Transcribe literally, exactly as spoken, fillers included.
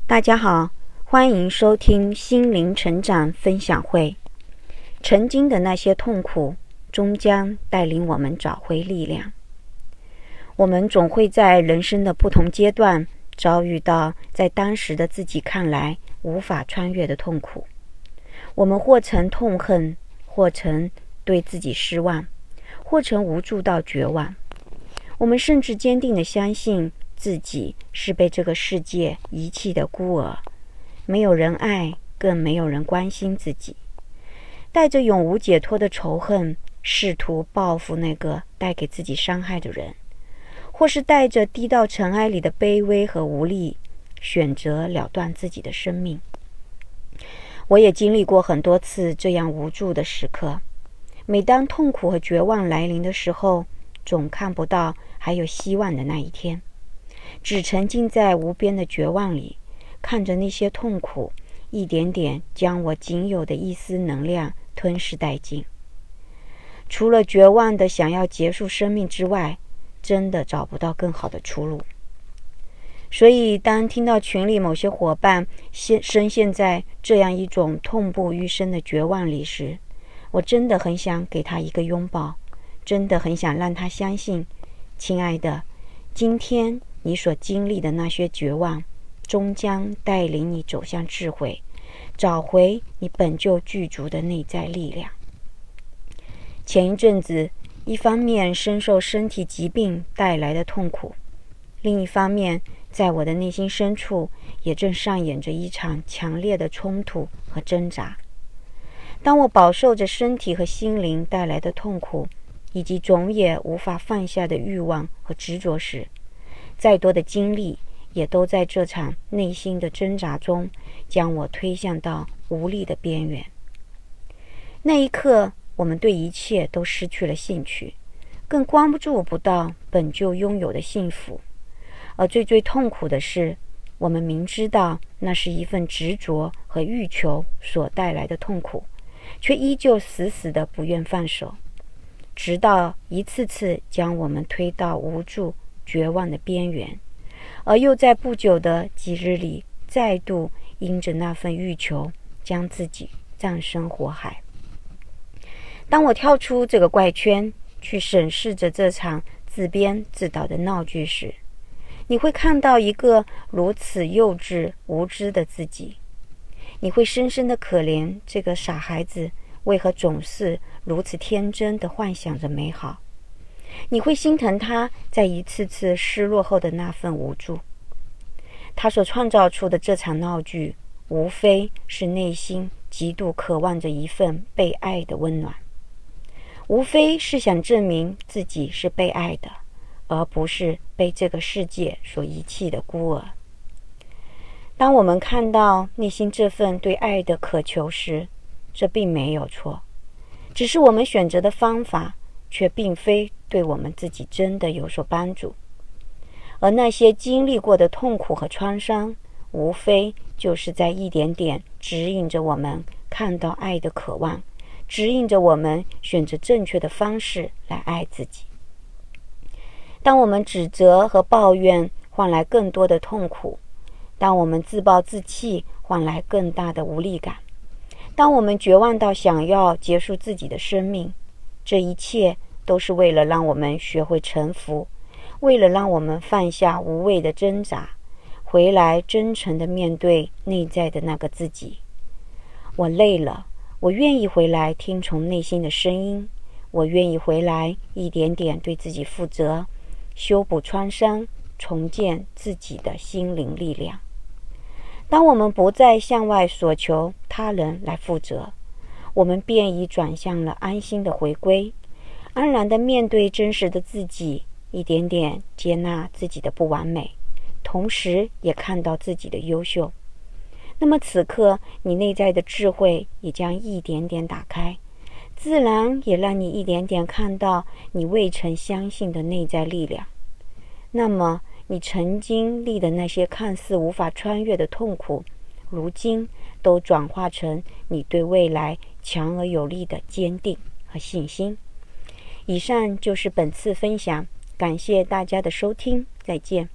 大家好，欢迎收听心灵成长分享会。曾经的那些痛苦，终将带领我们找回力量。我们总会在人生的不同阶段遭遇到在当时的自己看来无法穿越的痛苦。我们或曾痛恨，或曾对自己失望，或曾无助到绝望。我们甚至坚定地相信自己是被这个世界遗弃的孤儿，没有人爱，更没有人关心自己。带着永无解脱的仇恨，试图报复那个带给自己伤害的人，或是带着低到尘埃里的卑微和无力，选择了断自己的生命。我也经历过很多次这样无助的时刻。每当痛苦和绝望来临的时候，总看不到还有希望的那一天，只沉浸在无边的绝望里，看着那些痛苦一点点将我仅有的一丝能量吞噬殆尽。除了绝望的想要结束生命之外，真的找不到更好的出路。所以当听到群里某些伙伴深陷在这样一种痛不欲生的绝望里时，我真的很想给他一个拥抱，真的很想让他相信，亲爱的，今天你所经历的那些绝望，终将带领你走向智慧，找回你本就具足的内在力量。前一阵子，一方面深受身体疾病带来的痛苦，另一方面，在我的内心深处也正上演着一场强烈的冲突和挣扎。当我饱受着身体和心灵带来的痛苦，以及总也无法放下的欲望和执着时，再多的经历也都在这场内心的挣扎中将我推向到无力的边缘。那一刻，我们对一切都失去了兴趣，更关注不到本就拥有的幸福。而最最痛苦的是，我们明知道那是一份执着和欲求所带来的痛苦，却依旧死死的不愿放手，直到一次次将我们推到无助绝望的边缘，而又在不久的几日里再度因着那份欲求将自己葬身火海。当我跳出这个怪圈，去审视着这场自编自导的闹剧时，你会看到一个如此幼稚无知的自己。你会深深的可怜这个傻孩子为何总是如此天真地幻想着美好。你会心疼他在一次次失落后的那份无助。他所创造出的这场闹剧，无非是内心极度渴望着一份被爱的温暖，无非是想证明自己是被爱的，而不是被这个世界所遗弃的孤儿。当我们看到内心这份对爱的渴求时，这并没有错，只是我们选择的方法却并非对我们自己真的有所帮助。而那些经历过的痛苦和创伤，无非就是在一点点指引着我们看到爱的渴望，指引着我们选择正确的方式来爱自己。当我们指责和抱怨换来更多的痛苦，当我们自暴自弃换来更大的无力感，当我们绝望到想要结束自己的生命，这一切都是为了让我们学会臣服，为了让我们放下无谓的挣扎，回来真诚地面对内在的那个自己。我累了，我愿意回来听从内心的声音，我愿意回来一点点对自己负责，修补创伤，重建自己的心灵力量。当我们不再向外索求他人来负责，我们便已转向了安心的回归，安然地面对真实的自己，一点点接纳自己的不完美，同时也看到自己的优秀。那么此刻你内在的智慧也将一点点打开，自然也让你一点点看到你未曾相信的内在力量。那么你曾经历的那些看似无法穿越的痛苦，如今都转化成你对未来强而有力的坚定和信心。以上就是本次分享，感谢大家的收听，再见。